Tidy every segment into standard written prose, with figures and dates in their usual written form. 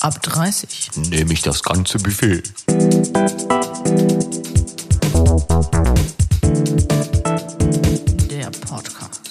Ab 30 nehme ich das ganze Buffet. der Podcast.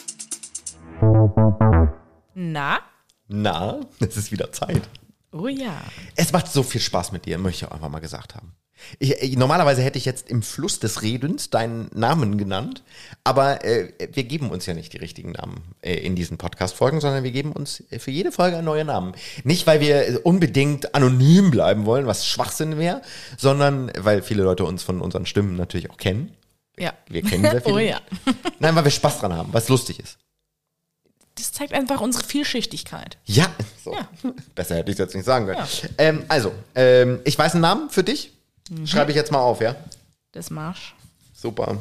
Na? Na, es ist wieder Zeit. Oh ja. Es macht so viel Spaß mit dir, möchte ich auch einfach mal gesagt haben. Normalerweise hätte ich jetzt im Fluss des Redens deinen Namen genannt, aber wir geben uns ja nicht die richtigen Namen in diesen Podcast-Folgen, sondern wir geben uns für jede Folge einen neuen Namen. Nicht, weil wir unbedingt anonym bleiben wollen, was Schwachsinn wäre, sondern weil viele Leute uns von unseren Stimmen natürlich auch kennen. Ja. Wir kennen sehr viele. Oh ja. Nein, weil wir Spaß dran haben, was lustig ist. Das zeigt einfach unsere Vielschichtigkeit. Ja, so. Ja. Besser hätte ich es jetzt nicht sagen können. Ja. Ich weiß einen Namen für dich. Schreibe ich jetzt mal auf, ja? Das Marsch. Super.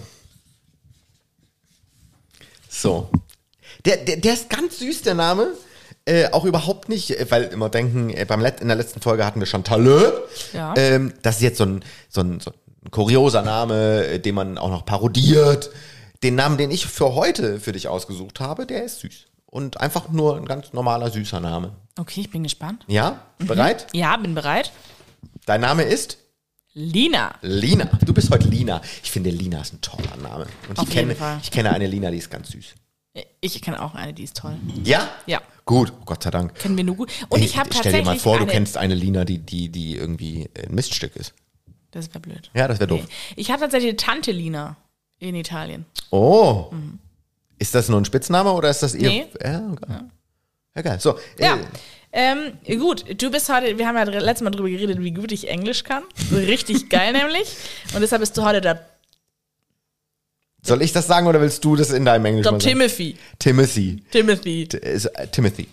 So. Der ist ganz süß, der Name. Auch überhaupt nicht, weil immer denken, in der letzten Folge hatten wir Chantalle. Ja. Das ist jetzt so ein kurioser Name, den man auch noch parodiert. Den Namen, den ich für heute für dich ausgesucht habe, der ist süß. Und einfach nur ein ganz normaler, süßer Name. Okay, ich bin gespannt. Ja? Bereit? Ja, bin bereit. Dein Name ist? Lina. Lina. Du bist heute Lina. Ich finde, Lina ist ein toller Name. Und Auf jeden Fall. ich kenne eine Lina, die ist ganz süß. Ich kenne auch eine, die ist toll. Ja? Ja. Gut, Gott sei Dank. Kennen wir nur gut. Und ich habe Stell tatsächlich dir mal vor, eine, du kennst eine Lina, die irgendwie ein Miststück ist. Das wäre blöd. Ja, das wäre doof. Ich habe tatsächlich eine Tante Lina in Italien. Oh. Ist das nur ein Spitzname oder ist das ihr? Nee. Ja, okay. Ja, geil. So. Ja. Gut, du bist heute, wir haben ja letztes Mal drüber geredet, wie gut ich Englisch kann. So richtig geil nämlich. Und deshalb bist du heute der Soll ich das sagen oder willst du das in deinem Englisch mal sagen? Timothy. Timothy. Timothy.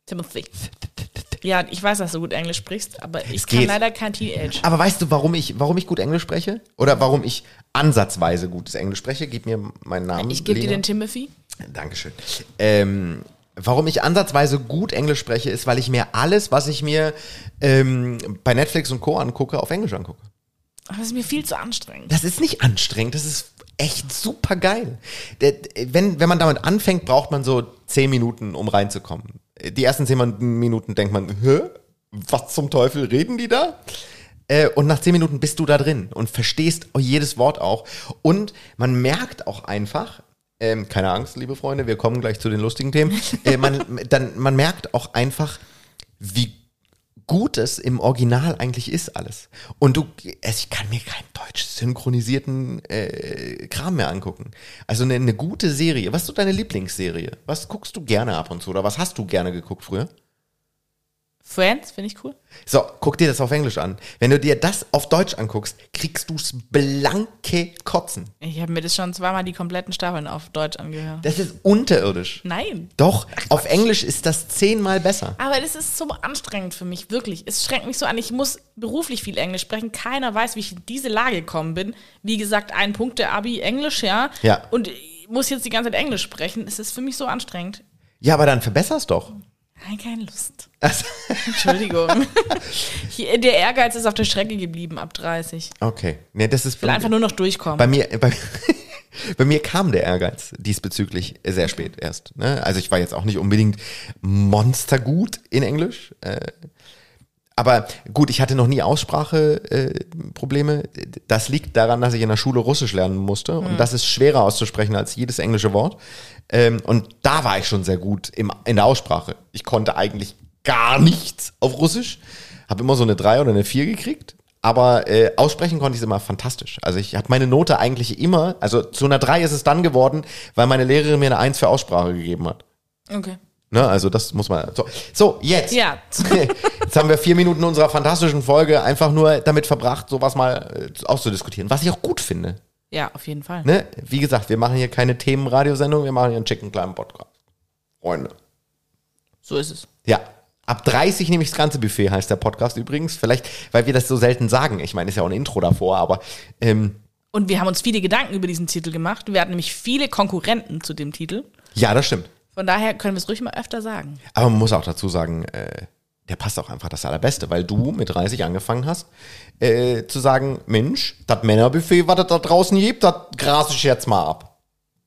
Ja, ich weiß, dass du gut Englisch sprichst, aber ich kann geht. leider kein Teenage. Aber weißt du, warum ich gut Englisch spreche? Oder warum ich ansatzweise gutes Englisch spreche? Gib mir meinen Namen. Ich gebe dir Lena. den Timothy. Dankeschön. Warum ich ansatzweise gut Englisch spreche, ist, weil ich mir alles, was ich mir bei Netflix und Co. angucke, auf Englisch angucke. Aber das ist mir viel zu anstrengend. Das ist nicht anstrengend, das ist echt super geil. Wenn man damit anfängt, braucht man so 10 Minuten, um reinzukommen. Die ersten 10 Minuten denkt man, was zum Teufel reden die da? Und nach 10 Minuten bist du da drin und verstehst jedes Wort auch. Und man merkt auch einfach, keine Angst, liebe Freunde, wir kommen gleich zu den lustigen Themen. Man merkt auch einfach, wie gut es im Original eigentlich ist alles. Und ich kann mir keinen deutsch synchronisierten Kram mehr angucken. Also eine gute Serie. Was ist so deine Lieblingsserie? Was guckst du gerne ab und zu? Oder was hast du gerne geguckt früher? Friends, finde ich cool. So, guck dir das auf Englisch an. Wenn du dir das auf Deutsch anguckst, kriegst du's blanke Kotzen. Ich habe mir das schon zweimal die kompletten Staffeln auf Deutsch angehört. Das ist unterirdisch. Nein. Doch, auf Englisch ist das 10-mal besser. Aber das ist so anstrengend für mich, wirklich. Es schränkt mich so an. Ich muss beruflich viel Englisch sprechen. Keiner weiß, wie ich in diese Lage gekommen bin. Wie gesagt, 1 Punkt der Abi Englisch, ja. Ja. Und ich muss jetzt die ganze Zeit Englisch sprechen. Es ist für mich so anstrengend. Ja, aber dann verbesser's doch. Nein, keine Lust. Also, Entschuldigung. Der Ehrgeiz ist auf der Strecke geblieben ab 30. okay. Nee, das ist Ich will einfach nur noch durchkommen. Bei mir kam der Ehrgeiz diesbezüglich sehr spät erst. Ne? Also ich war jetzt auch nicht unbedingt monstergut in Englisch. Aber gut, ich hatte noch nie Ausspracheprobleme. Das liegt daran, dass ich in der Schule Russisch lernen musste. Und das ist schwerer auszusprechen als jedes englische Wort. Und da war ich schon sehr gut in der Aussprache. Ich konnte eigentlich gar nichts auf Russisch. Habe immer so eine 3 oder eine 4 gekriegt. Aber aussprechen konnte ich es immer fantastisch. Also ich habe meine Note eigentlich immer, also zu einer 3 ist es dann geworden, weil meine Lehrerin mir eine 1 für Aussprache gegeben hat. Okay. Ne, also das muss man. So jetzt. Ja. Jetzt haben wir 4 Minuten unserer fantastischen Folge einfach nur damit verbracht, sowas mal auszudiskutieren. Was ich auch gut finde. Ja, auf jeden Fall. Ne? Wie gesagt, wir machen hier keine Themenradiosendung, wir machen hier einen schicken kleinen Podcast. Freunde. So ist es. Ja. Ab 30 nehme ich das ganze Buffet, heißt der Podcast übrigens. Vielleicht, weil wir das so selten sagen. Ich meine, ist ja auch ein Intro davor, aber Und wir haben uns viele Gedanken über diesen Titel gemacht. Wir hatten nämlich viele Konkurrenten zu dem Titel. ja, das stimmt. Von daher können wir es ruhig mal öfter sagen. Aber man muss auch dazu sagen, der passt auch einfach das Allerbeste, weil du mit 30 angefangen hast, zu sagen, Mensch, das Männerbuffet, was es da draußen gibt, das grase ich jetzt mal ab.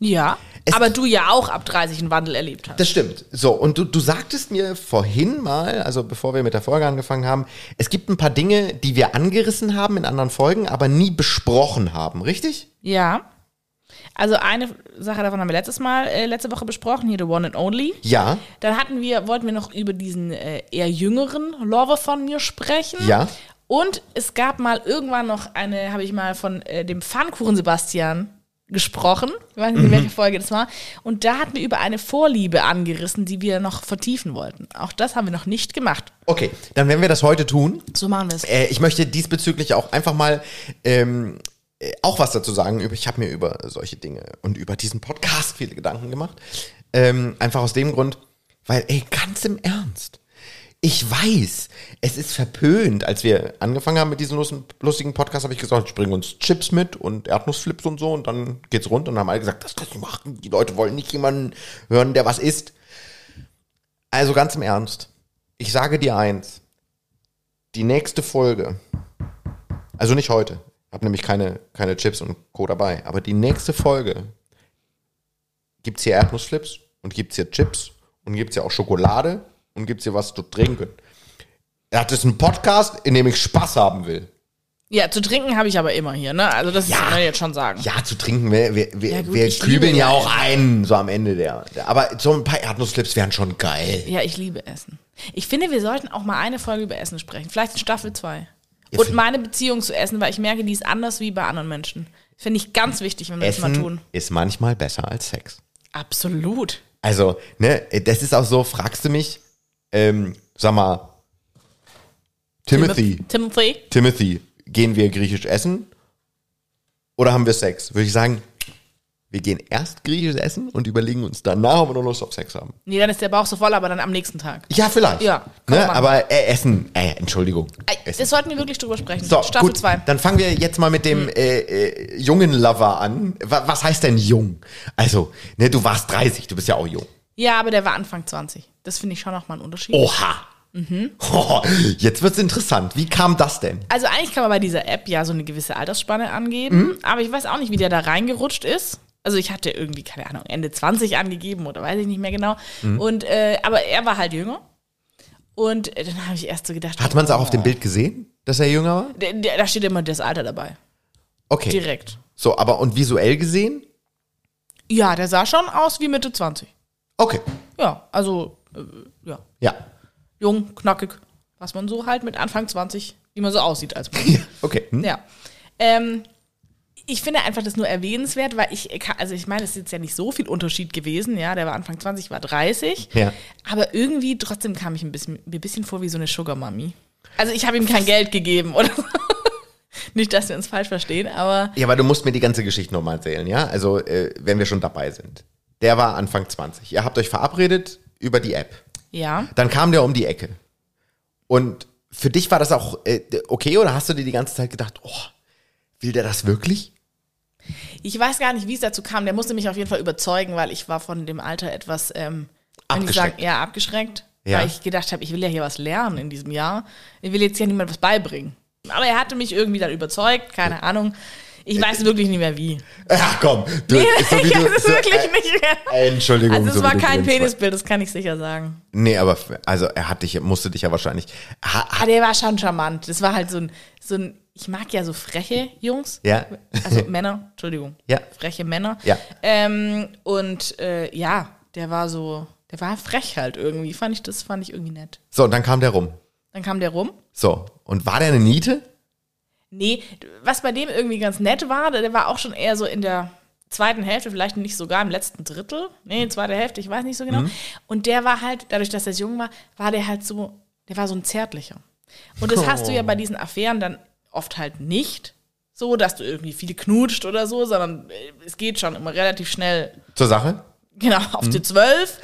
Ja, aber du ja auch ab 30 einen Wandel erlebt hast. Das stimmt. So, und du sagtest mir vorhin mal, also bevor wir mit der Folge angefangen haben, es gibt ein paar Dinge, die wir angerissen haben in anderen Folgen, aber nie besprochen haben, richtig? Ja. Also eine Sache davon haben wir letzte Woche besprochen, hier The One and Only. Ja. Dann wollten wir noch über diesen eher jüngeren Lover von mir sprechen. Ja. Und es gab mal irgendwann noch habe ich mal von dem Pfannkuchen Sebastian gesprochen. Ich weiß nicht, in welcher Folge das war. Und da hatten wir über eine Vorliebe angerissen, die wir noch vertiefen wollten. Auch das haben wir noch nicht gemacht. Okay, dann werden wir das heute tun. So machen wir es. Ich möchte diesbezüglich auch einfach mal auch was dazu sagen. Ich habe mir über solche Dinge und über diesen Podcast viele Gedanken gemacht. Einfach aus dem Grund, weil, ganz im Ernst, ich weiß, es ist verpönt. Als wir angefangen haben mit diesem lustigen Podcast, habe ich gesagt, ich bringe uns Chips mit und Erdnussflips und so und dann geht's rund und dann haben alle gesagt, das kannst du machen. Die Leute wollen nicht jemanden hören, der was isst. Also ganz im Ernst, ich sage dir eins, die nächste Folge, also nicht heute, ich habe nämlich keine Chips und Co. dabei, aber die nächste Folge gibt's hier Erdnussflips und gibt's hier Chips und gibt's hier auch Schokolade und gibt's hier was zu trinken. Das ist ein Podcast, in dem ich Spaß haben will. Ja, zu trinken habe ich aber immer hier, ne? Also das kann man jetzt schon sagen. Ja, zu trinken, wir gut, kübeln ja auch ein, so am Ende der. Aber so ein paar Erdnussflips wären schon geil. Ja, ich liebe Essen. Ich finde, wir sollten auch mal eine Folge über Essen sprechen. Vielleicht in Staffel 2. Und meine Beziehung zu Essen, weil ich merke, die ist anders wie bei anderen Menschen. Finde ich ganz wichtig, wenn wir das mal tun. Essen ist manchmal besser als Sex. Absolut. Also, ne, das ist auch so, fragst du mich, sag mal, Timothy, gehen wir griechisch essen oder haben wir Sex? Würde ich sagen, wir gehen erst griechisch essen und überlegen uns danach, ob wir noch Lust auf Sex haben. Nee, dann ist der Bauch so voll, aber dann am nächsten Tag. Ja, vielleicht. Ja, ne? Aber Essen, Entschuldigung. Essen. Das sollten wir wirklich drüber sprechen. So, Staffel 2. Dann fangen wir jetzt mal mit dem jungen Lover an. Was heißt denn jung? Also, ne, du warst 30, du bist ja auch jung. Ja, aber der war Anfang 20. Das finde ich schon nochmal ein Unterschied. Oha. Oh, jetzt wird's interessant. Wie kam das denn? Also eigentlich kann man bei dieser App ja so eine gewisse Altersspanne angeben, aber ich weiß auch nicht, wie der da reingerutscht ist. Also ich hatte irgendwie, keine Ahnung, Ende 20 angegeben oder weiß ich nicht mehr genau. Und aber er war halt jünger. Und dann habe ich erst so gedacht. Hat man es auch auf dem Bild gesehen, dass er jünger war? Da steht immer das Alter dabei. Okay. Direkt. So, aber und visuell gesehen? Ja, der sah schon aus wie Mitte 20. Okay. Ja, also, ja. Ja. Jung, knackig, was man so halt mit Anfang 20, wie man so aussieht als Mann. Okay. Ja. Ich finde einfach das nur erwähnenswert, weil ich meine, es ist jetzt ja nicht so viel Unterschied gewesen, ja, der war Anfang 20, war 30, ja. Aber irgendwie trotzdem kam ich mir ein bisschen vor wie so eine Sugar Mami. Also ich habe ihm kein Geld gegeben, oder so. Nicht, dass wir uns falsch verstehen, aber... Ja, aber du musst mir die ganze Geschichte nochmal erzählen, ja, also wenn wir schon dabei sind. Der war Anfang 20, ihr habt euch verabredet über die App. Ja. Dann kam der um die Ecke. Und für dich war das auch okay oder hast du dir die ganze Zeit gedacht, oh, will der das wirklich? Ich weiß gar nicht, wie es dazu kam. Der musste mich auf jeden Fall überzeugen, weil ich war von dem Alter etwas abgeschreckt. Abgeschreckt. Ja. Weil ich gedacht habe, ich will ja hier was lernen in diesem Jahr. Ich will jetzt ja niemand was beibringen. Aber er hatte mich irgendwie dann überzeugt, keine Ahnung. Ich weiß wirklich nicht mehr wie. Ach komm, du, nee, so wie ich du, weiß es wirklich nicht mehr. Entschuldigung. Also es so war wie du kein grinst. Penisbild, das kann ich sicher sagen. Nee, aber also er musste dich ja wahrscheinlich. Aber der war schon charmant. Das war halt so ein ich mag ja so freche Jungs. Ja. Also Männer, Entschuldigung. Ja. Freche Männer. Ja. Der war frech halt irgendwie. Fand ich irgendwie nett. So, und dann kam der rum. Dann kam der rum. So, und war der eine Niete? Nee, was bei dem irgendwie ganz nett war, der war auch schon eher so in der zweiten Hälfte, vielleicht nicht sogar im letzten Drittel. Nee, zweite Hälfte, ich weiß nicht so genau. Und der war halt, dadurch, dass er jung war der halt so, der war so ein Zärtlicher. Und das hast du ja bei diesen Affären dann oft halt nicht so, dass du irgendwie viel knutscht oder so, sondern es geht schon immer relativ schnell. Zur Sache? Genau, auf die 12.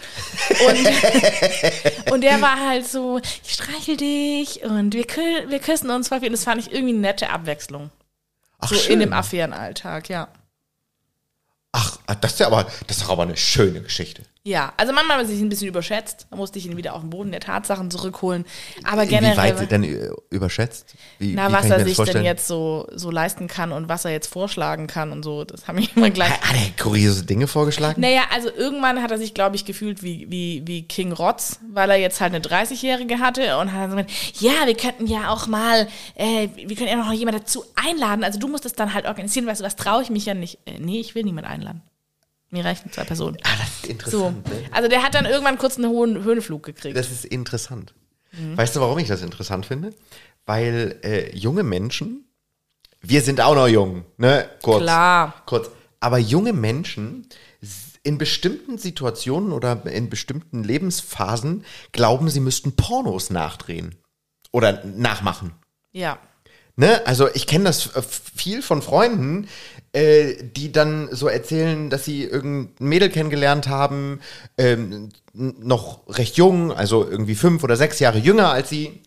Und der war halt so, ich streichel dich und wir küssen uns voll viel. Und das fand ich irgendwie eine nette Abwechslung. Ach, so schön. in dem Affärenalltag, ja. Ach, das ist doch aber eine schöne Geschichte. Ja, also manchmal hat man sich ein bisschen überschätzt. Da musste ich ihn wieder auf den Boden der Tatsachen zurückholen. Aber generell. Inwieweit denn überschätzt? Wie was kann ich er mir sich das denn vorstellen? jetzt so leisten kann und was er jetzt vorschlagen kann und so. Das haben ich immer gleich. Hat er kuriose Dinge vorgeschlagen? Naja, also irgendwann hat er sich, glaube ich, gefühlt wie King Rotz, weil er jetzt halt eine 30-Jährige hatte und hat dann so gesagt, ja, wir könnten ja auch mal, wir können ja noch jemand dazu einladen. Also du musst es dann halt organisieren, weißt du, das traue ich mich ja nicht. Nee, ich will niemand einladen. Mir reichen 2 Personen. Das ist So. interessant. Ne? Also der hat dann irgendwann kurz einen hohen Höhenflug gekriegt. Das ist interessant. Weißt du, warum ich das interessant finde? Weil junge Menschen, wir sind auch noch jung, ne? Klar. Kurz. Aber junge Menschen in bestimmten Situationen oder in bestimmten Lebensphasen glauben, sie müssten Pornos nachdrehen oder nachmachen. Ja. Ne? Also ich kenne das viel von Freunden, die dann so erzählen, dass sie irgendein Mädel kennengelernt haben, noch recht jung, also irgendwie 5 oder 6 Jahre jünger als sie,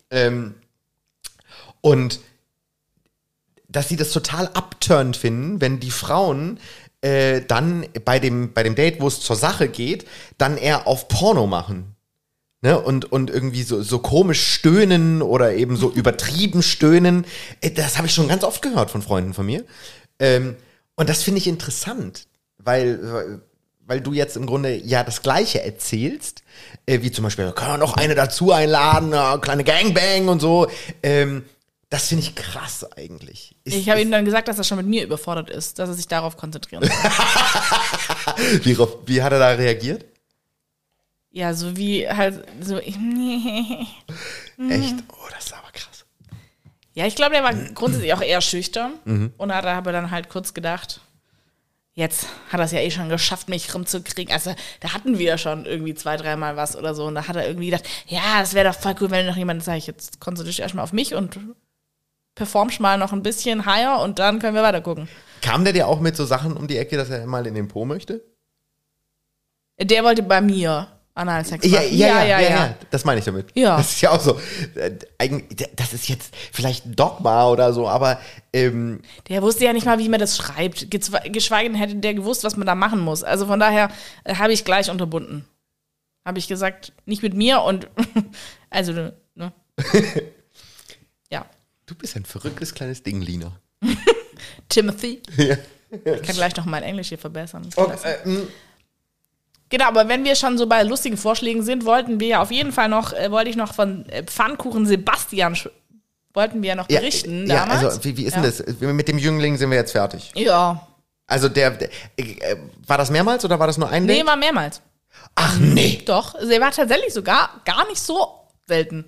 und dass sie das total abturnt finden, wenn die Frauen dann bei dem Date, wo es zur Sache geht, dann eher auf Porno machen. Ne? Und irgendwie so komisch stöhnen oder eben so übertrieben stöhnen. Das habe ich schon ganz oft gehört von Freunden von mir. Und das finde ich interessant, weil du jetzt im Grunde ja das Gleiche erzählst, wie zum Beispiel, können wir noch eine dazu einladen, kleine Gangbang und so. Das finde ich krass eigentlich. Ich habe ihm dann gesagt, dass er schon mit mir überfordert ist, dass er sich darauf konzentrieren soll. Wie hat er da reagiert? Ja, so wie halt so. Echt? Oh, das ist aber krass. Ja, ich glaube, der war grundsätzlich auch eher schüchtern. Und da habe dann halt kurz gedacht, jetzt hat er es ja eh schon geschafft, mich rumzukriegen. Also da hatten wir ja schon irgendwie 2-3 Mal was oder so. Und da hat er irgendwie gedacht, ja, es wäre doch voll cool, wenn noch jemand, sage ich, jetzt konzentriere dich erstmal auf mich und performst mal noch ein bisschen higher und dann können wir weiter gucken. Kam der dir auch mit so Sachen um die Ecke, dass er mal in den Po möchte? Der wollte bei mir Analsex machen. Ja. Das meine ich damit. Ja. Das ist ja auch so. Das ist jetzt vielleicht ein Dogma oder so, aber Der wusste ja nicht mal, wie man das schreibt. Geschweige denn hätte der gewusst, was man da machen muss. Also von daher habe ich gleich unterbunden. Habe ich gesagt, nicht mit mir und also, ne? Ja. du bist ein verrücktes kleines Ding, Lina. Timothy. Ja. Ich kann gleich noch mein Englisch hier verbessern. Okay, Genau, aber wenn wir schon so bei lustigen Vorschlägen sind, wollte ich noch von Pfannkuchen Sebastian wollten wir ja noch berichten damals. Ja, also wie ist denn das? Mit dem Jüngling sind wir jetzt fertig. Ja. Also war das mehrmals oder war das nur ein Date? Nee, war mehrmals. Ach nee. Doch, sie war tatsächlich sogar gar nicht so selten.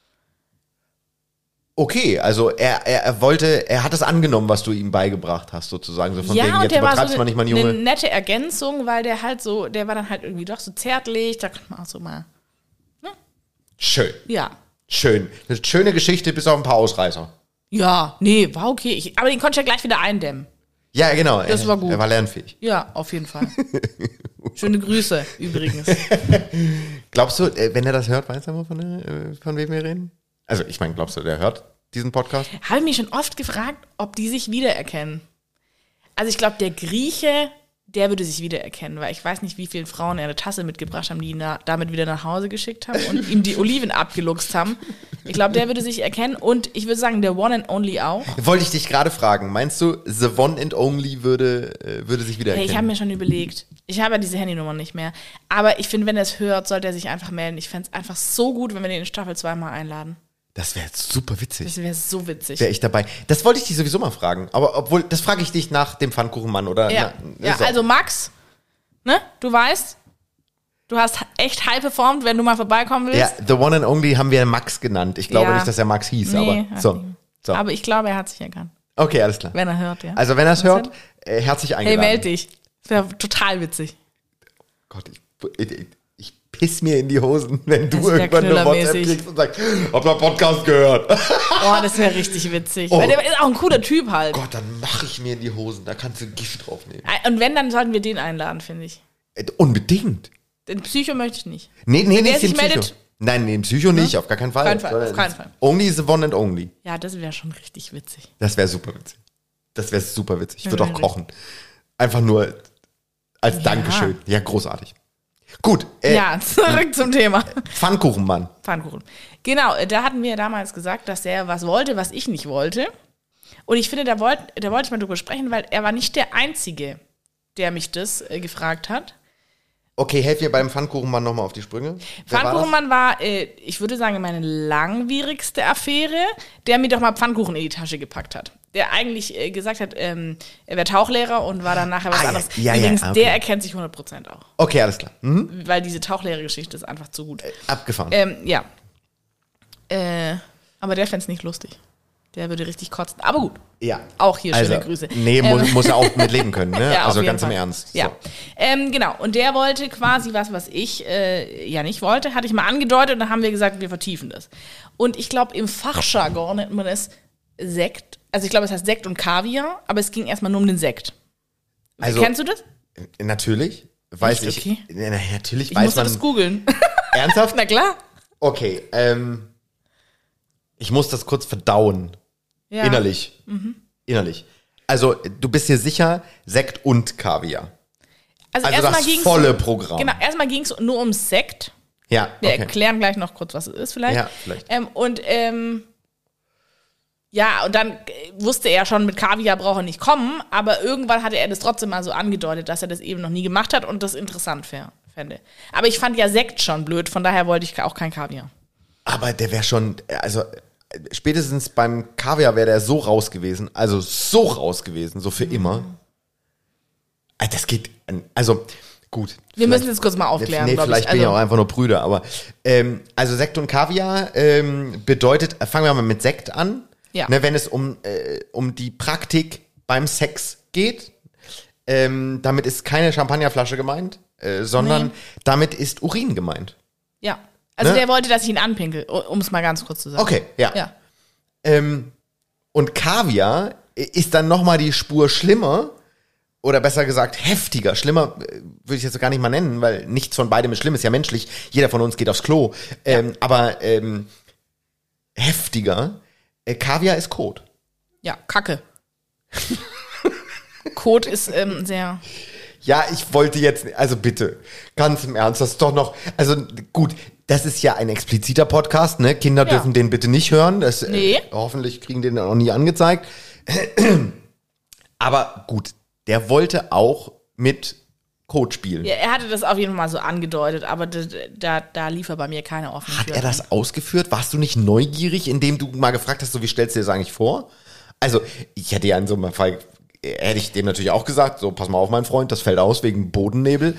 Okay, also er hat es angenommen, was du ihm beigebracht hast, sozusagen. So von wegen, und jetzt der war übertreibst so mal nicht, mein Junge. eine nette Ergänzung, weil der war dann halt irgendwie doch so zärtlich, da konnte man auch so mal, Schön. ja. Schön. Eine schöne Geschichte, bis auf ein paar Ausreißer. Ja, nee, war okay. Aber den konnte ich ja gleich wieder eindämmen. Ja, genau. Das war gut. Er war lernfähig. Ja, auf jeden Fall. Schöne Grüße übrigens. Glaubst du, wenn er das hört, weiß er mal von wem wir reden? Also ich meine, glaubst du, der hört diesen Podcast? Habe ich mich schon oft gefragt, ob die sich wiedererkennen. Also ich glaube, der Grieche, der würde sich wiedererkennen, weil ich weiß nicht, wie viele Frauen er eine Tasse mitgebracht haben, die ihn damit wieder nach Hause geschickt haben und ihm die Oliven abgeluchst haben. Ich glaube, der würde sich erkennen und ich würde sagen, der One and Only auch. Wollte ich dich gerade fragen. Meinst du, The One and Only würde sich wiedererkennen? Hey, ich habe mir schon überlegt. Ich habe ja diese Handynummer nicht mehr. Aber ich finde, wenn er es hört, sollte er sich einfach melden. Ich fände es einfach so gut, wenn wir den in Staffel 2 mal einladen. Das wäre super witzig. Das wäre so witzig. Wäre ich dabei. Das wollte ich dich sowieso mal fragen. Aber obwohl, das frage ich dich nach dem Pfannkuchenmann, oder? Ja, So. also Max, ne, du weißt, du hast echt high performt, wenn du mal vorbeikommen willst. Ja, The One and Only haben wir Max genannt. Ich glaube nicht, dass er Max hieß, Nee, aber hat so. nicht. Aber ich glaube, er hat sich erkannt, Okay, alles klar. wenn er hört, ja. Also wenn er es hört, herzlich Hey, eingeladen. meld dich. Das wäre total witzig. Gott, ich piss mir in die Hosen, wenn du Das wär irgendwann eine WhatsApp knüllermäßig. kriegst und sagst, hab mal Podcast gehört. Oh, das wäre richtig witzig. Oh. Weil der ist auch ein cooler Typ halt. Gott, dann mache ich mir in die Hosen. Da kannst du Gift draufnehmen. Und wenn, dann sollten wir den einladen, finde ich. Unbedingt. Den Psycho möchte ich nicht. Nee, wer nicht den sich Psycho. meldet- Nein, den Psycho nicht, auf gar keinen Fall. Kein Fall, Sondern auf keinen Fall. Only the One and Only. Ja, das wäre schon richtig witzig. Das wäre super witzig. Ich würde Ja, auch kochen. Einfach nur als Dankeschön. Ja, großartig. Gut, Ja, zurück zum Thema. Pfannkuchenmann. Pfannkuchen. Genau, da hatten wir damals gesagt, dass er was wollte, was ich nicht wollte. Und ich finde, da wollte ich mal drüber sprechen, weil er war nicht der Einzige, der mich das gefragt hat. Okay, helf mir beim Pfannkuchenmann nochmal auf die Sprünge. Wer Pfannkuchenmann war, ich würde sagen, meine langwierigste Affäre, der mir doch mal Pfannkuchen in die Tasche gepackt hat. Der eigentlich gesagt hat, er wäre Tauchlehrer und war dann nachher was anderes. Übrigens, okay. der erkennt sich 100% auch. Okay, alles klar. Mhm. Weil diese Tauchlehrer-Geschichte ist einfach zu gut. Abgefahren. Ja. Aber der fände es nicht lustig. Der würde richtig kotzen. Aber gut. Ja. Auch hier schöne Grüße. Nee, muss er auch mit leben können, ne? Ja, also auf jeden ganz Fall. im Ernst. Ja. So. Genau. Und der wollte quasi was ich ja nicht wollte, hatte ich mal angedeutet und dann haben wir gesagt, wir vertiefen das. Und ich glaube, im Fachjargon nennt man es Sekt. Also ich glaube, es heißt Sekt und Kaviar, aber es ging erstmal nur um den Sekt. Also, Kennst du das? Natürlich. Weiß Echt? ich. Okay. Ja, natürlich Ich weiß musste man. das googeln. Ernsthaft? Na klar. Okay, ich muss das kurz verdauen. Ja. Innerlich. Innerlich. Also, du bist dir sicher, Sekt und Kaviar. Also das erstmal ging's volle Programm. Genau, erstmal ging es nur ums Sekt. Ja, Wir okay. erklären gleich noch kurz, was es ist vielleicht. Ja, vielleicht. Ja, und dann wusste er schon, mit Kaviar braucht er nicht kommen, aber irgendwann hatte er das trotzdem mal so angedeutet, dass er das eben noch nie gemacht hat und das interessant fände. Aber ich fand ja Sekt schon blöd, von daher wollte ich auch kein Kaviar. Aber der wäre schon, also spätestens beim Kaviar wäre der so raus gewesen, so für immer. Das geht, also gut. Wir müssen jetzt kurz mal aufklären, Nee, glaub vielleicht ich. bin ich auch einfach nur Brüder, aber also Sekt und Kaviar bedeutet, fangen wir mal mit Sekt an, Ja. ne, wenn es um die Praktik beim Sex geht. Damit ist keine Champagnerflasche gemeint, sondern damit ist Urin gemeint. Ja, also Ne? der wollte, dass ich ihn anpinkel, um es mal ganz kurz zu sagen. Okay, ja. Ja. Und Kaviar ist dann nochmal die Spur schlimmer oder besser gesagt heftiger. Schlimmer würde ich jetzt gar nicht mal nennen, weil nichts von beidem ist schlimm, ist ja menschlich. Jeder von uns geht aufs Klo. Aber heftiger, Kaviar ist Kot. Ja, Kacke. Kot ist sehr... Ja, ich wollte jetzt, also bitte, ganz im Ernst, das ist doch noch, also gut, das ist ja ein expliziter Podcast, ne? Kinder dürfen den bitte nicht hören. Das, Nee. Hoffentlich kriegen den auch nie angezeigt. Aber gut, der wollte auch mit Code spielen. Ja, er hatte das auf jeden Fall mal so angedeutet, aber da lief er bei mir keine offene Hat Tür er das ausgeführt? Warst du nicht neugierig, indem du mal gefragt hast, so wie stellst du dir das eigentlich vor? Also, ich hätte ja in so einem Fall, hätte ich dem natürlich auch gesagt, so, pass mal auf, mein Freund, das fällt aus wegen Bodennebel.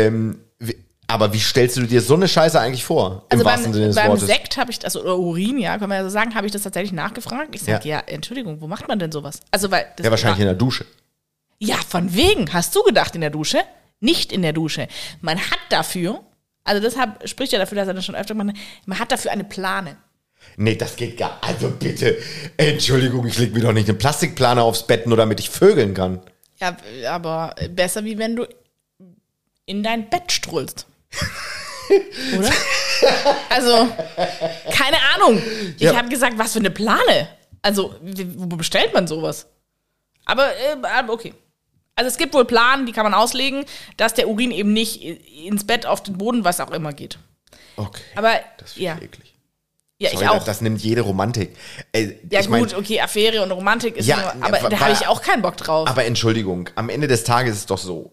Aber wie stellst du dir so eine Scheiße eigentlich vor? Also Im wahrsten Sinne des beim Wortes. Sekt habe ich das, oder Urin, ja, kann man ja so sagen, habe ich das tatsächlich nachgefragt. Ich sage, ja, Entschuldigung, wo macht man denn sowas? Also, weil das Ja, wahrscheinlich in der Dusche. Ja, von wegen. Hast du gedacht in der Dusche? Nicht in der Dusche. Man hat dafür, also deshalb spricht ja dafür, dass er das schon öfter gemacht hat, man hat dafür eine Plane. Nee, das geht gar. Also bitte, Entschuldigung, ich leg mir doch nicht eine Plastikplane aufs Bett, nur damit ich vögeln kann. Ja, aber besser, wie wenn du in dein Bett strullst. Oder? Also, keine Ahnung. Ich Ja. habe gesagt, was für eine Plane. Also, wo bestellt man sowas? Aber okay. Also es gibt wohl Planen, die kann man auslegen, dass der Urin eben nicht ins Bett, auf den Boden, was auch immer geht. Okay. Aber, Das finde ja. ich eklig. Ja, Sorry, ich auch. Das nimmt jede Romantik. Ja ich mein, gut, okay, Affäre und Romantik ist Ja, nur, aber ja, da habe ich auch keinen Bock drauf. Aber Entschuldigung, am Ende des Tages ist es doch so,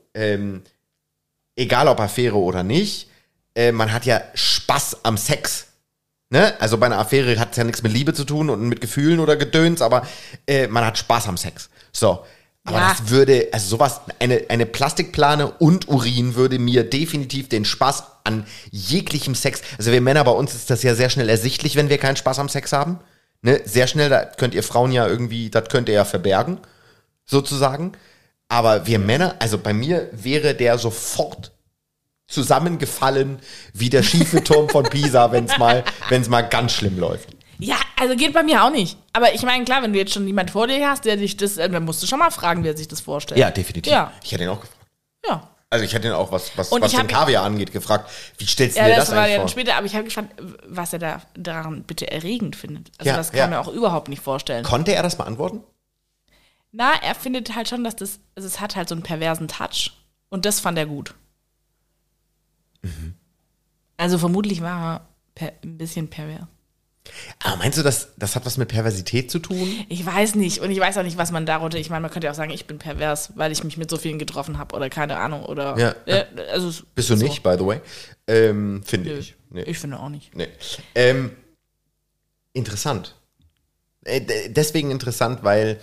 egal ob Affäre oder nicht, man hat ja Spaß am Sex. Ne? Also bei einer Affäre hat es ja nichts mit Liebe zu tun und mit Gefühlen oder Gedöns, aber man hat Spaß am Sex. So. Aber Ja. das würde, also sowas, eine Plastikplane und Urin würde mir definitiv den Spaß an jeglichem Sex, also wir Männer, bei uns ist das ja sehr schnell ersichtlich, wenn wir keinen Spaß am Sex haben. Ne? Sehr schnell, da könnt ihr Frauen ja irgendwie, das könnt ihr ja verbergen, sozusagen. Aber wir Männer, also bei mir wäre der sofort zusammengefallen wie der schiefe Turm von Pisa, wenn es mal ganz schlimm läuft. Ja, also geht bei mir auch nicht. Aber ich meine, klar, wenn du jetzt schon jemand vor dir hast, der dich das, dann musst du schon mal fragen, wer sich das vorstellt. Ja, definitiv. Ja. Ich hätte ihn auch gefragt. Ja. Also ich hätte ihn auch, was Und ich den hab- Kaviar angeht, gefragt. Wie stellst du Ja, dir das das war eigentlich ja dann vor? später, aber ich habe gefragt, was er da daran bitte erregend findet. Also Ja, das kann ja. man auch überhaupt nicht vorstellen. Konnte er das beantworten? Na, er findet halt schon, dass das, also es hat halt so einen perversen Touch. Und das fand er gut. Also vermutlich war er ein bisschen pervers. Aber meinst du, das hat was mit Perversität zu tun? Ich weiß nicht. Und ich weiß auch nicht, was man darunter. Ich meine, man könnte ja auch sagen, ich bin pervers, weil ich mich mit so vielen getroffen habe oder keine Ahnung. Oder, Ja. Also, Bist du so. nicht, by the way? Finde Nö. ich. Nee. Ich finde auch nicht. Nee. Interessant. Deswegen interessant, weil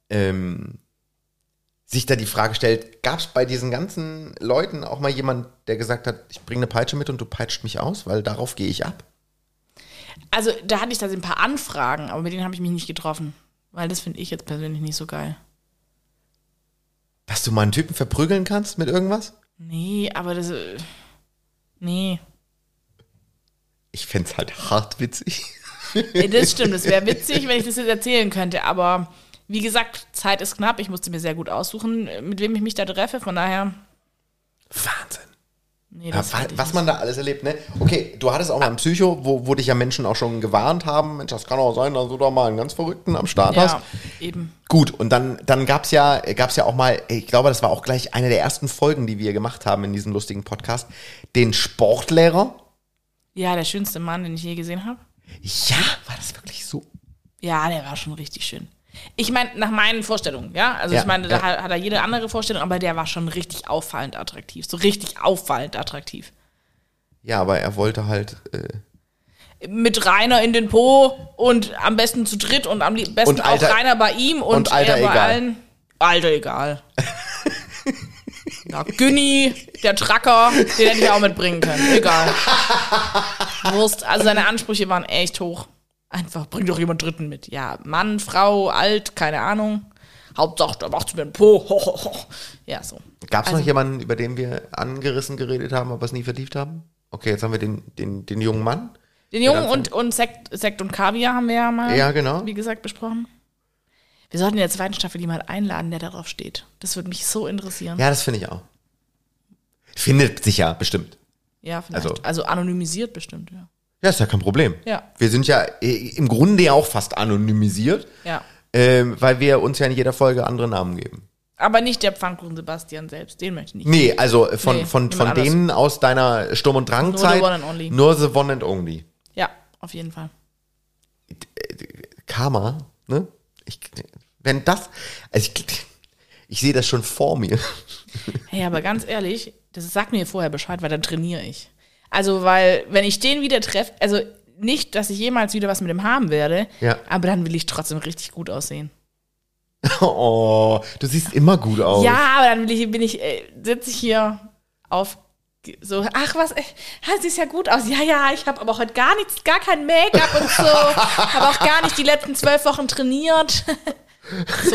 sich da die Frage stellt, gab es bei diesen ganzen Leuten auch mal jemand, der gesagt hat, ich bringe eine Peitsche mit und du peitscht mich aus, weil darauf gehe ich ab? Also da hatte ich ein paar Anfragen, aber mit denen habe ich mich nicht getroffen. Weil das finde ich jetzt persönlich nicht so geil. Dass du mal einen Typen verprügeln kannst mit irgendwas? Nee, aber das... Nee. Ich fänd's halt hart witzig. Das stimmt, das wäre witzig, wenn ich das jetzt erzählen könnte. Aber wie gesagt, Zeit ist knapp. Ich musste mir sehr gut aussuchen, mit wem ich mich da treffe. Von daher... Wahnsinn. Nee, Ja, was man da alles erlebt, ne? Okay, du hattest auch mal einen Psycho, wo dich ja Menschen auch schon gewarnt haben. Mensch, das kann auch sein, dass du da mal einen ganz Verrückten am Start hast. Ja, eben. Gut, und dann gab's ja auch mal, ich glaube, das war auch gleich eine der ersten Folgen, die wir gemacht haben in diesem lustigen Podcast, den Sportlehrer. Ja, der schönste Mann, den ich je gesehen habe. Ja, war das wirklich so? Ja, der war schon richtig schön. Ich meine, nach meinen Vorstellungen, ja. Also Ja, ich meine, da ja. hat er jede andere Vorstellung, aber der war schon richtig auffallend attraktiv. So richtig auffallend attraktiv. Ja, aber er wollte halt, Mit Rainer in den Po und am besten zu dritt und am besten Und Alter- auch Rainer bei ihm und Alter er bei egal. allen. Alter, egal. Ja, Günni, der Tracker, den hätte ich auch mitbringen können. Egal. Wurst, also seine Ansprüche waren echt hoch. Einfach, bring doch jemand Dritten mit. Ja, Mann, Frau, alt, keine Ahnung. Hauptsache, da macht's mir einen Po. Ho, ho, ho. Ja, so. gab's Also- noch jemanden, über den wir angerissen geredet haben, aber es nie vertieft haben? Okay, jetzt haben wir den jungen Mann. Den Jungen Ja, und Sekt und Kaviar haben wir ja mal, Ja, genau. wie gesagt, besprochen. Wir sollten in der zweiten Staffel jemanden einladen, der darauf steht. Das würde mich so interessieren. Ja, das finde ich auch. Findet sich ja bestimmt. Ja, vielleicht. Also anonymisiert bestimmt, ja. Ja, ist ja kein Problem. Ja. Wir sind ja im Grunde ja auch fast anonymisiert, Ja. weil wir uns ja in jeder Folge andere Namen geben. Aber nicht der Pfannkuchen Sebastian selbst, den möchte ich nicht. Nee, also von jemand anders. denen aus deiner Sturm- und Drangzeit. Nur the one and only. Nur the one and only. Ja, auf jeden Fall. Karma, ne? Wenn das, also ich sehe das schon vor mir. Hey, aber ganz ehrlich, das sagt mir vorher Bescheid, weil dann trainiere ich. Also, weil, wenn ich den wieder treffe, also nicht, dass ich jemals wieder was mit dem haben werde, Ja. aber dann will ich trotzdem richtig gut aussehen. Oh, du siehst immer gut aus. Ja, aber dann sitze ich hier auf so, ach was, siehst ja gut aus. Ja, ich habe aber heute gar kein Make-up und so. Habe auch gar nicht die letzten 12 Wochen trainiert. So.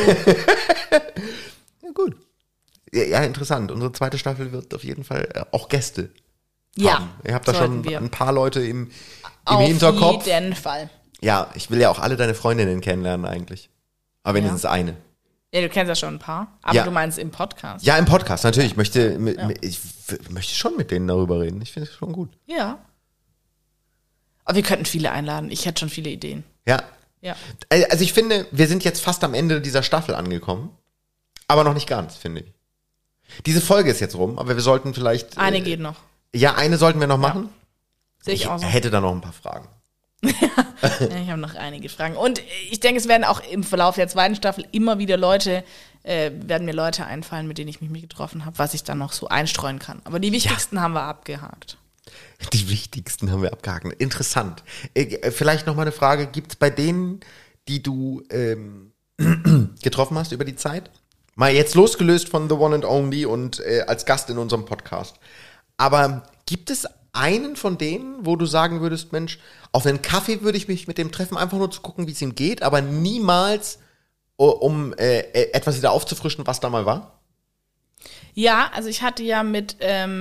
Ja, gut. Ja, interessant. Unsere zweite Staffel wird auf jeden Fall auch Gäste Ja, haben. Ihr habt da sollten schon wir. ein paar Leute im Auf Hinterkopf. jeden Fall. Ja, ich will ja auch alle deine Freundinnen kennenlernen eigentlich. Aber wenigstens eine. Ja, du kennst ja schon ein paar, aber Ja. du meinst im Podcast. Ja, im Podcast, natürlich. Ich möchte schon mit denen darüber reden. Ich finde es schon gut. Ja. Aber wir könnten viele einladen. Ich hätte schon viele Ideen. Ja. Ja. Also ich finde, wir sind jetzt fast am Ende dieser Staffel angekommen. Aber noch nicht ganz, finde ich. Diese Folge ist jetzt rum, aber wir sollten vielleicht... Eine geht noch. Ja, eine sollten wir noch machen. Sehe ich auch so. hätte da noch ein paar Fragen. Ja, ich habe noch einige Fragen. Und ich denke, es werden auch im Verlauf der zweiten Staffel immer wieder werden mir Leute einfallen, mit denen ich mich getroffen habe, was ich dann noch so einstreuen kann. Aber die wichtigsten haben wir abgehakt. Die wichtigsten haben wir abgehakt. Interessant. Vielleicht noch mal eine Frage. Gibt es bei denen, die du getroffen hast über die Zeit, mal jetzt losgelöst von The One and Only und als Gast in unserem Podcast, aber gibt es einen von denen, wo du sagen würdest, Mensch, auf einen Kaffee würde ich mich mit dem treffen, einfach nur zu gucken, wie es ihm geht, aber niemals, um etwas wieder aufzufrischen, was da mal war? Ja, also ich hatte ja mit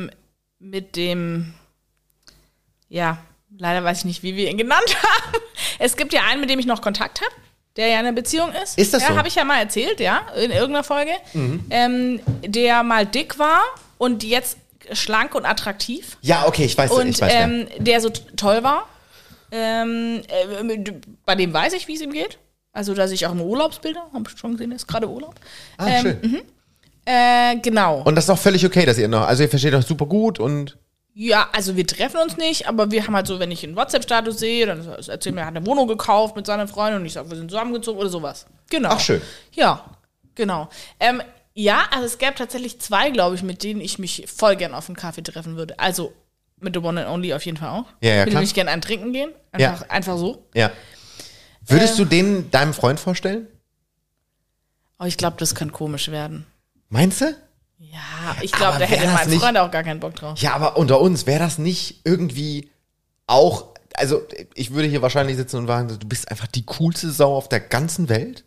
dem, ja, leider weiß ich nicht, wie wir ihn genannt haben. Es gibt ja einen, mit dem ich noch Kontakt habe, der ja in einer Beziehung ist. Ist das ja, so? Habe ich ja mal erzählt, ja, in irgendeiner Folge. Der mal dick war und jetzt schlank und attraktiv. Ja, okay, ich weiß. Und Wer. der so toll war. Bei dem weiß ich, wie es ihm geht. Also, dass ich auch im Urlaubsbilder, habe ich schon gesehen, ist gerade Urlaub. Schön. Genau. Und das ist auch völlig okay, dass ihr noch, also ihr versteht euch super gut und Ja, also wir treffen uns nicht, aber wir haben halt so, wenn ich einen WhatsApp-Status sehe, dann erzählt mir, er hat eine Wohnung gekauft mit seiner Freundin und ich sage, wir sind zusammengezogen oder sowas. Genau. Ach, schön. Ja, genau. Ja, also es gäbe tatsächlich 2, glaube ich, mit denen ich mich voll gern auf einen Kaffee treffen würde. Also mit The One and Only auf jeden Fall auch. Ja, Würde klar. ich gerne einen trinken gehen. Ja. Einfach so. Ja. Würdest du den deinem Freund vorstellen? Aber ich glaube, das könnte komisch werden. Meinst du? Ja, ich glaube, Aber da hätte wär das mein nicht- Freund auch gar keinen Bock drauf. Ja, aber unter uns wäre das nicht irgendwie auch, also ich würde hier wahrscheinlich sitzen und sagen, du bist einfach die coolste Sau auf der ganzen Welt?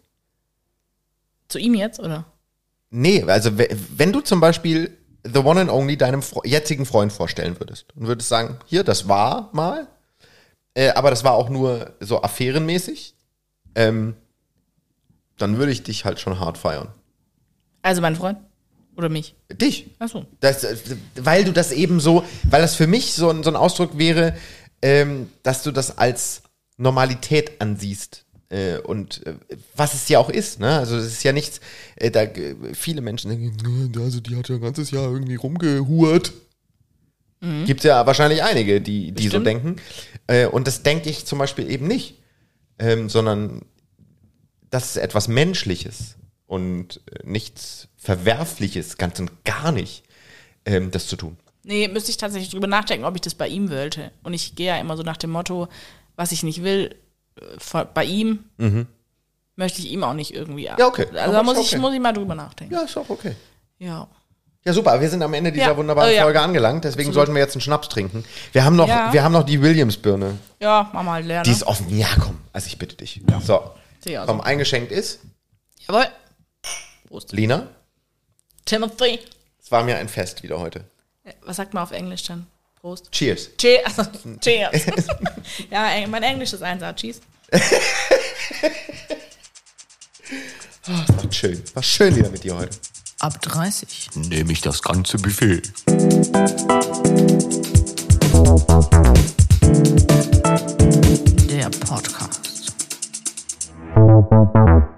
Zu ihm jetzt, oder? Nee, also wenn du zum Beispiel The One and Only deinem jetzigen Freund vorstellen würdest und würdest sagen, hier, das war mal, aber das war auch nur so affärenmäßig, dann würde ich dich halt schon hart feiern. Also mein Freund? Oder mich? Dich. Ach so. Weil du das eben so, weil das für mich so ein Ausdruck wäre, dass du das als Normalität ansiehst. Und was es ja auch ist, ne? Also es ist ja nichts, viele Menschen denken, also die hat ja ein ganzes Jahr irgendwie rumgehurt. Gibt es ja wahrscheinlich einige, die so Bestimmt. denken. Und das denke ich zum Beispiel eben nicht. Sondern das ist etwas Menschliches und nichts Verwerfliches, ganz und gar nicht, das zu tun. Nee, müsste ich tatsächlich drüber nachdenken, ob ich das bei ihm wollte. Und ich gehe ja immer so nach dem Motto, was ich nicht will, bei ihm möchte ich ihm auch nicht irgendwie ab. Ja, okay. Also Aber da ist muss okay. ich mal drüber nachdenken. Ja, ist auch okay. Ja. Ja, super. Wir sind am Ende dieser Ja. wunderbaren Oh, ja. Folge angelangt. Deswegen Absolut. sollten wir jetzt einen Schnaps trinken. Wir haben noch, Ja. wir haben noch die Williams-Birne. Ja, mach mal leer, Die ne? ist offen. Ja, komm. Also ich bitte dich. So. Sehe aus. Komm, eingeschenkt ist. Jawohl. Prost. Lina, Timothy. es war mir ein Fest wieder heute. Was sagt man auf Englisch denn? Prost. Cheers. Cheers. Cheers. Ja, mein Englisch ist 1A. Cheers. Das war schön. War schön wieder mit dir heute. Ab 30. Nehme ich das ganze Buffet. Der Podcast.